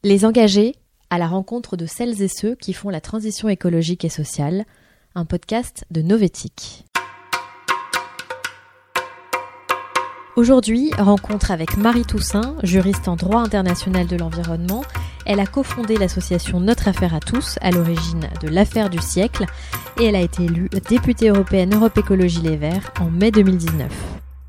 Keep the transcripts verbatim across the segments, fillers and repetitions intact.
Les engagés, à la rencontre de celles et ceux qui font la transition écologique et sociale, un podcast de Novétique. Aujourd'hui, rencontre avec Marie Toussaint, juriste en droit international de l'environnement. Elle a cofondé l'association Notre Affaire à tous, à l'origine de l'affaire du siècle, et elle a été élue députée européenne Europe Écologie Les Verts en mai deux mille dix-neuf.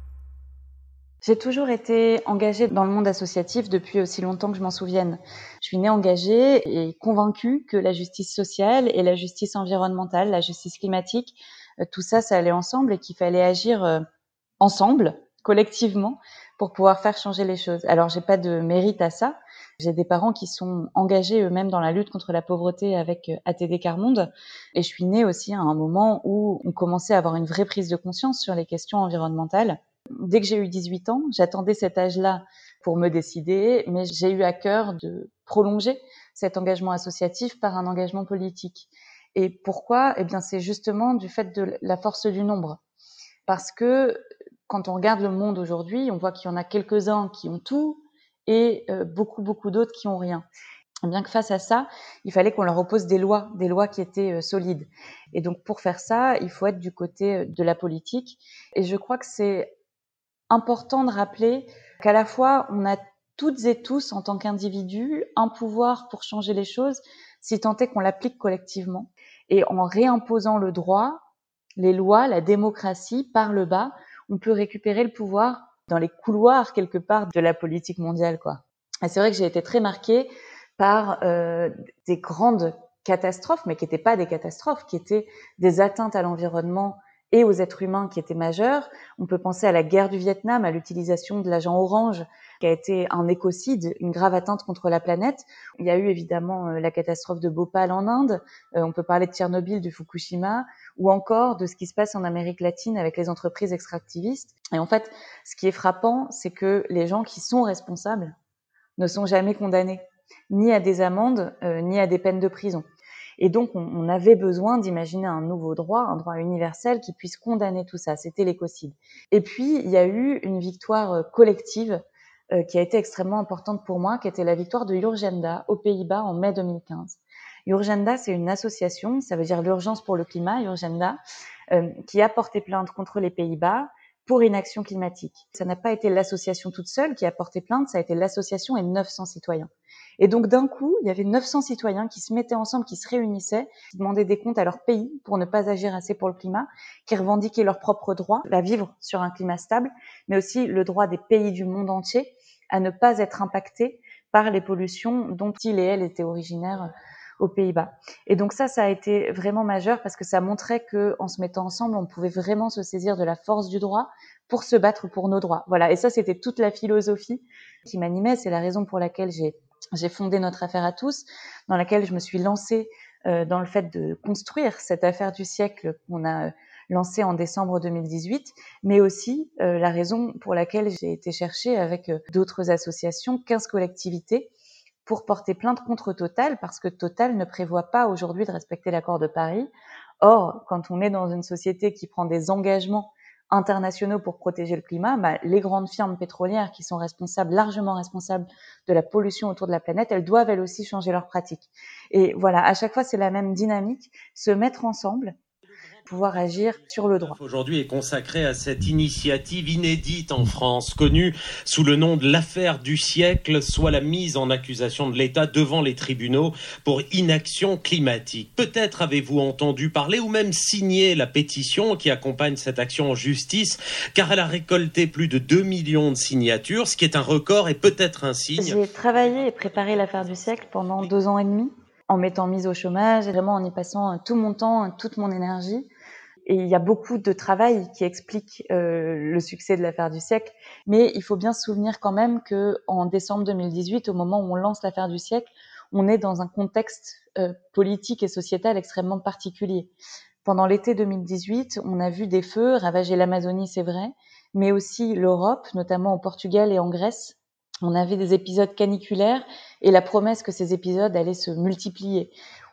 J'ai toujours été engagée dans le monde associatif depuis aussi longtemps que je m'en souvienne. Je suis née engagée et convaincue que la justice sociale et la justice environnementale, la justice climatique, tout ça, ça allait ensemble et qu'il fallait agir ensemble, collectivement, pour pouvoir faire changer les choses. Alors, j'ai pas de mérite à ça. J'ai des parents qui sont engagés eux-mêmes dans la lutte contre la pauvreté avec A T D Quart Monde. Et je suis née aussi à un moment où on commençait à avoir une vraie prise de conscience sur les questions environnementales. Dès que j'ai eu dix-huit ans, j'attendais cet âge-là pour me décider, mais j'ai eu à cœur de prolonger cet engagement associatif par un engagement politique. Et pourquoi ? Eh bien, c'est justement du fait de la force du nombre. Parce que quand on regarde le monde aujourd'hui, on voit qu'il y en a quelques-uns qui ont tout et euh, beaucoup, beaucoup d'autres qui ont rien. Et bien que face à ça, il fallait qu'on leur oppose des lois, des lois qui étaient euh, solides. Et donc, pour faire ça, il faut être du côté de la politique. Et je crois que c'est important de rappeler qu'à la fois, on a toutes et tous, en tant qu'individus, un pouvoir pour changer les choses, si tant est qu'on l'applique collectivement. Et en réimposant le droit, les lois, la démocratie, par le bas, on peut récupérer le pouvoir dans les couloirs, quelque part, de la politique mondiale, quoi. Et c'est vrai que j'ai été très marquée par euh, des grandes catastrophes, mais qui n'étaient pas des catastrophes, qui étaient des atteintes à l'environnement et aux êtres humains qui étaient majeurs. On peut penser à la guerre du Vietnam, à l'utilisation de l'agent orange, qui a été un écocide, une grave atteinte contre la planète. Il y a eu évidemment la catastrophe de Bhopal en Inde, on peut parler de Tchernobyl, de Fukushima, ou encore de ce qui se passe en Amérique latine avec les entreprises extractivistes. Et en fait, ce qui est frappant, c'est que les gens qui sont responsables ne sont jamais condamnés, ni à des amendes, euh, ni à des peines de prison. Et donc, on, on avait besoin d'imaginer un nouveau droit, un droit universel qui puisse condamner tout ça. C'était l'écocide. Et puis, il y a eu une victoire collective euh, qui a été extrêmement importante pour moi, qui était la victoire de Urgenda aux Pays-Bas en mai deux mille quinze. Urgenda, c'est une association, ça veut dire l'urgence pour le climat, Urgenda, euh, qui a porté plainte contre les Pays-Bas pour inaction climatique. Ça n'a pas été l'association toute seule qui a porté plainte, ça a été l'association et neuf cents citoyens. Et donc, d'un coup, il y avait neuf cents citoyens qui se mettaient ensemble, qui se réunissaient, qui demandaient des comptes à leur pays pour ne pas agir assez pour le climat, qui revendiquaient leurs propres droits à vivre sur un climat stable, mais aussi le droit des pays du monde entier à ne pas être impactés par les pollutions dont ils et elles étaient originaires aux Pays-Bas. Et donc ça, ça a été vraiment majeur parce que ça montrait que, en se mettant ensemble, on pouvait vraiment se saisir de la force du droit pour se battre pour nos droits. Voilà. Et ça, c'était toute la philosophie qui m'animait. C'est la raison pour laquelle j'ai, j'ai fondé Notre Affaire à tous, dans laquelle je me suis lancée euh, dans le fait de construire cette affaire du siècle qu'on a lancée en décembre deux mille dix-huit, mais aussi euh, la raison pour laquelle j'ai été chercher avec euh, d'autres associations, quinze collectivités, pour porter plainte contre Total, parce que Total ne prévoit pas aujourd'hui de respecter l'accord de Paris. Or, quand on est dans une société qui prend des engagements internationaux pour protéger le climat, bah, les grandes firmes pétrolières qui sont responsables, largement responsables de la pollution autour de la planète, elles doivent elles aussi changer leurs pratiques. Et voilà, à chaque fois, c'est la même dynamique, se mettre ensemble, pouvoir agir sur le droit. Aujourd'hui est consacré à cette initiative inédite en France, connue sous le nom de l'affaire du siècle, soit la mise en accusation de l'État devant les tribunaux pour inaction climatique. Peut-être avez-vous entendu parler ou même signé la pétition qui accompagne cette action en justice, car elle a récolté plus de deux millions de signatures, ce qui est un record et peut-être un signe. J'ai travaillé et préparé l'affaire du siècle pendant deux ans et demi, en m'étant mise au chômage, vraiment en y passant tout mon temps, toute mon énergie. Et il y a beaucoup de travail qui explique euh, le succès de l'affaire du siècle. Mais il faut bien se souvenir quand même qu'en décembre deux mille dix-huit, au moment où on lance l'affaire du siècle, on est dans un contexte euh, politique et sociétal extrêmement particulier. Pendant l'été deux mille dix-huit, on a vu des feux ravager l'Amazonie, c'est vrai, mais aussi l'Europe, notamment au Portugal et en Grèce. On avait des épisodes caniculaires et la promesse que ces épisodes allaient se multiplier.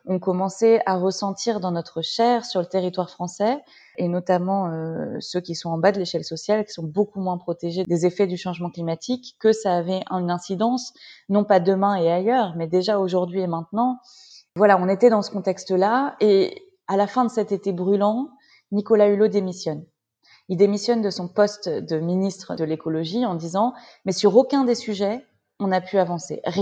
on commençait à ressentir dans notre chair, sur le territoire français, et notamment euh, ceux qui sont en bas de l'échelle sociale, qui sont beaucoup moins protégés des effets du changement climatique, que ça avait une incidence, non pas demain et ailleurs, mais déjà aujourd'hui et maintenant. Voilà, on était dans ce contexte-là, et à la fin de cet été brûlant, Nicolas Hulot démissionne. Il démissionne de son poste de ministre de l'écologie en disant « mais sur aucun des sujets, on n'a pu avancer, rien ».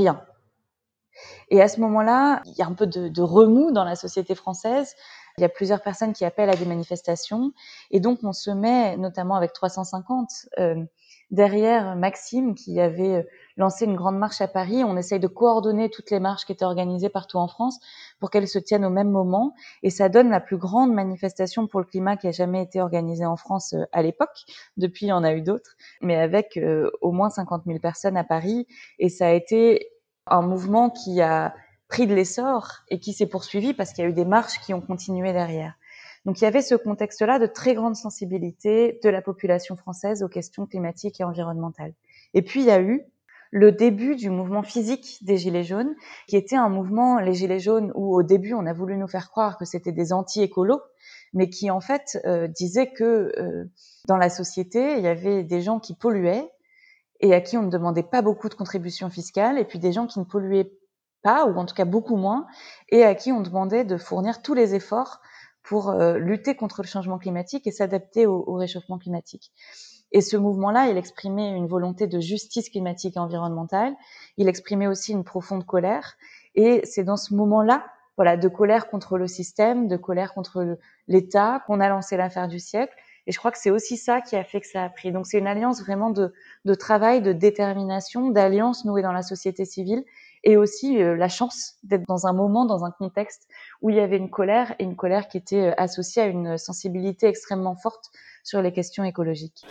Et à ce moment-là, il y a un peu de, de remous dans la société française. Il y a plusieurs personnes qui appellent à des manifestations. Et donc, on se met, notamment avec trois cent cinquante, euh, derrière Maxime, qui avait lancé une grande marche à Paris. On essaye de coordonner toutes les marches qui étaient organisées partout en France pour qu'elles se tiennent au même moment. Et ça donne la plus grande manifestation pour le climat qui a jamais été organisée en France euh, à l'époque. Depuis, il y en a eu d'autres, mais avec euh, au moins cinquante mille personnes à Paris. Et ça a été un mouvement qui a pris de l'essor et qui s'est poursuivi parce qu'il y a eu des marches qui ont continué derrière. Donc il y avait ce contexte-là de très grande sensibilité de la population française aux questions climatiques et environnementales. Et puis il y a eu le début du mouvement physique des Gilets jaunes, qui était un mouvement, les Gilets jaunes, où au début on a voulu nous faire croire que c'était des anti-écolos, mais qui en fait euh, disaient que euh, dans la société, il y avait des gens qui polluaient, et à qui on ne demandait pas beaucoup de contributions fiscales, et puis des gens qui ne polluaient pas, ou en tout cas beaucoup moins, et à qui on demandait de fournir tous les efforts pour euh, lutter contre le changement climatique et s'adapter au, au réchauffement climatique. Et ce mouvement-là, il exprimait une volonté de justice climatique et environnementale, il exprimait aussi une profonde colère, et c'est dans ce moment-là, voilà, de colère contre le système, de colère contre le, l'État, qu'on a lancé l'affaire du siècle. Et je crois que c'est aussi ça qui a fait que ça a pris. Donc c'est une alliance vraiment de, de travail, de détermination, d'alliance nouée dans la société civile, et aussi euh, la chance d'être dans un moment, dans un contexte où il y avait une colère, et une colère qui était euh, associée à une sensibilité extrêmement forte sur les questions écologiques.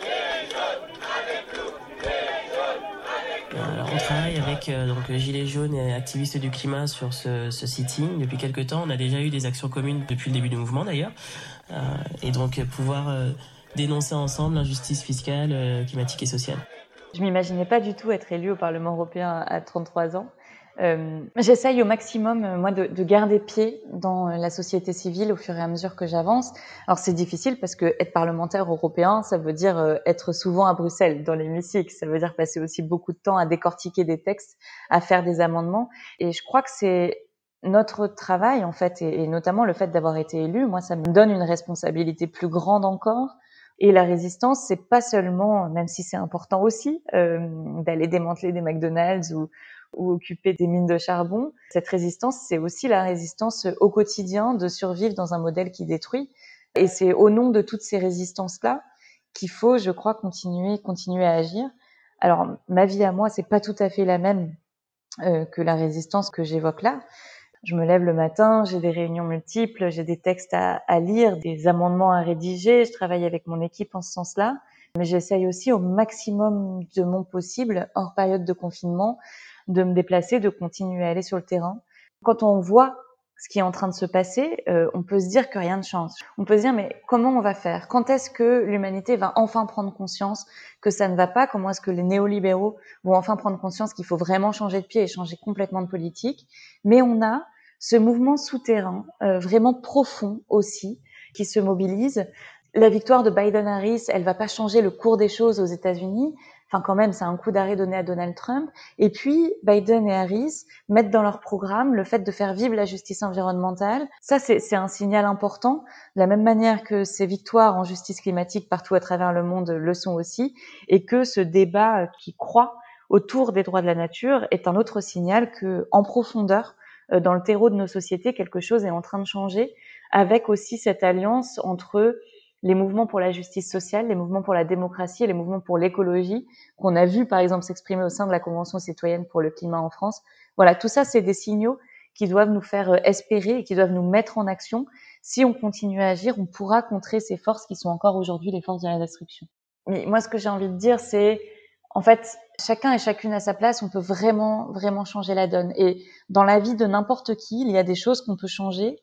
Alors, on travaille avec euh, donc Gilets jaunes et activistes du climat sur ce, ce sitting depuis quelques temps. On a déjà eu des actions communes depuis le début du mouvement d'ailleurs. Euh, et donc pouvoir euh, dénoncer ensemble l'injustice fiscale, euh, climatique et sociale. Je m'imaginais pas du tout être élue au Parlement européen à trente-trois ans. Euh, j'essaye au maximum, euh, moi, de, de garder pied dans la société civile au fur et à mesure que j'avance. Alors c'est difficile parce que être parlementaire européen, ça veut dire euh, être souvent à Bruxelles, dans l'hémicycle. Ça veut dire passer aussi beaucoup de temps à décortiquer des textes, à faire des amendements. Et je crois que c'est notre travail, en fait, et, et notamment le fait d'avoir été élu, moi, ça me donne une responsabilité plus grande encore. Et la résistance, c'est pas seulement, même si c'est important aussi, euh, d'aller démanteler des McDonald's ou, ou occuper des mines de charbon. Cette résistance, c'est aussi la résistance au quotidien de survivre dans un modèle qui détruit. Et c'est au nom de toutes ces résistances-là qu'il faut, je crois, continuer, continuer à agir. Alors, ma vie à moi, c'est pas tout à fait la même euh, que la résistance que j'évoque là. Je me lève le matin, j'ai des réunions multiples, j'ai des textes à, à lire, des amendements à rédiger, je travaille avec mon équipe en ce sens-là. Mais j'essaye aussi au maximum de mon possible, hors période de confinement, de me déplacer, de continuer à aller sur le terrain. Quand on voit ce qui est en train de se passer, euh, on peut se dire que rien ne change. On peut se dire, mais comment on va faire ? Quand est-ce que l'humanité va enfin prendre conscience que ça ne va pas ? Comment est-ce que les néolibéraux vont enfin prendre conscience qu'il faut vraiment changer de pied et changer complètement de politique ? Mais on a ce mouvement souterrain, euh, vraiment profond aussi, qui se mobilise. La victoire de Biden-Harris, elle va pas changer le cours des choses aux États-Unis. Enfin, quand même, c'est un coup d'arrêt donné à Donald Trump. Et puis, Biden et Harris mettent dans leur programme le fait de faire vivre la justice environnementale. Ça, c'est, c'est un signal important. De la même manière que ces victoires en justice climatique partout à travers le monde le sont aussi. Et que ce débat qui croît autour des droits de la nature est un autre signal que, en profondeur, dans le terreau de nos sociétés, quelque chose est en train de changer, avec aussi cette alliance entre les mouvements pour la justice sociale, les mouvements pour la démocratie et les mouvements pour l'écologie, qu'on a vu par exemple s'exprimer au sein de la Convention citoyenne pour le climat en France. Voilà, tout ça, c'est des signaux qui doivent nous faire espérer et qui doivent nous mettre en action. Si on continue à agir, on pourra contrer ces forces qui sont encore aujourd'hui les forces de la destruction. Mais moi, ce que j'ai envie de dire, c'est en fait, chacun et chacune à sa place, on peut vraiment, vraiment changer la donne. Et dans la vie de n'importe qui, il y a des choses qu'on peut changer.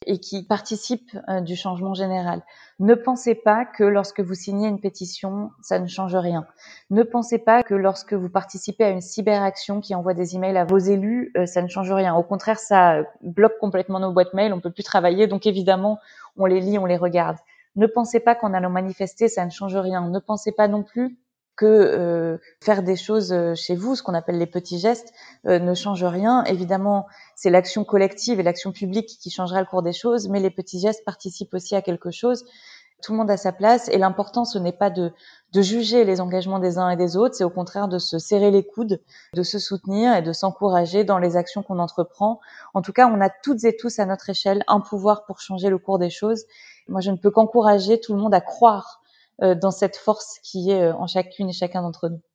et qui participent euh, du changement général. Ne pensez pas que lorsque vous signez une pétition, ça ne change rien. Ne pensez pas que lorsque vous participez à une cyberaction qui envoie des emails à vos élus, euh, ça ne change rien. Au contraire, ça bloque complètement nos boîtes mail, on peut plus travailler, donc évidemment, on les lit, on les regarde. Ne pensez pas qu'en allant manifester, ça ne change rien. Ne pensez pas non plus que euh, faire des choses chez vous, ce qu'on appelle les petits gestes, euh, ne change rien. Évidemment, c'est l'action collective et l'action publique qui changera le cours des choses, mais les petits gestes participent aussi à quelque chose. Tout le monde a sa place et l'important, ce n'est pas de, de juger les engagements des uns et des autres, c'est au contraire de se serrer les coudes, de se soutenir et de s'encourager dans les actions qu'on entreprend. En tout cas, on a toutes et tous à notre échelle un pouvoir pour changer le cours des choses. Moi, je ne peux qu'encourager tout le monde à croire dans cette force qui est en chacune et chacun d'entre nous.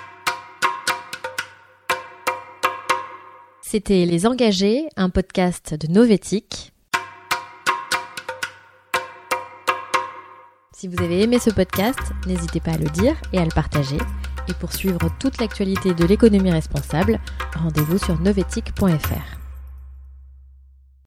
C'était Les Engagés, un podcast de Novétique. Si vous avez aimé ce podcast, n'hésitez pas à le dire et à le partager. Et pour suivre toute l'actualité de l'économie responsable, rendez-vous sur novétique point f r.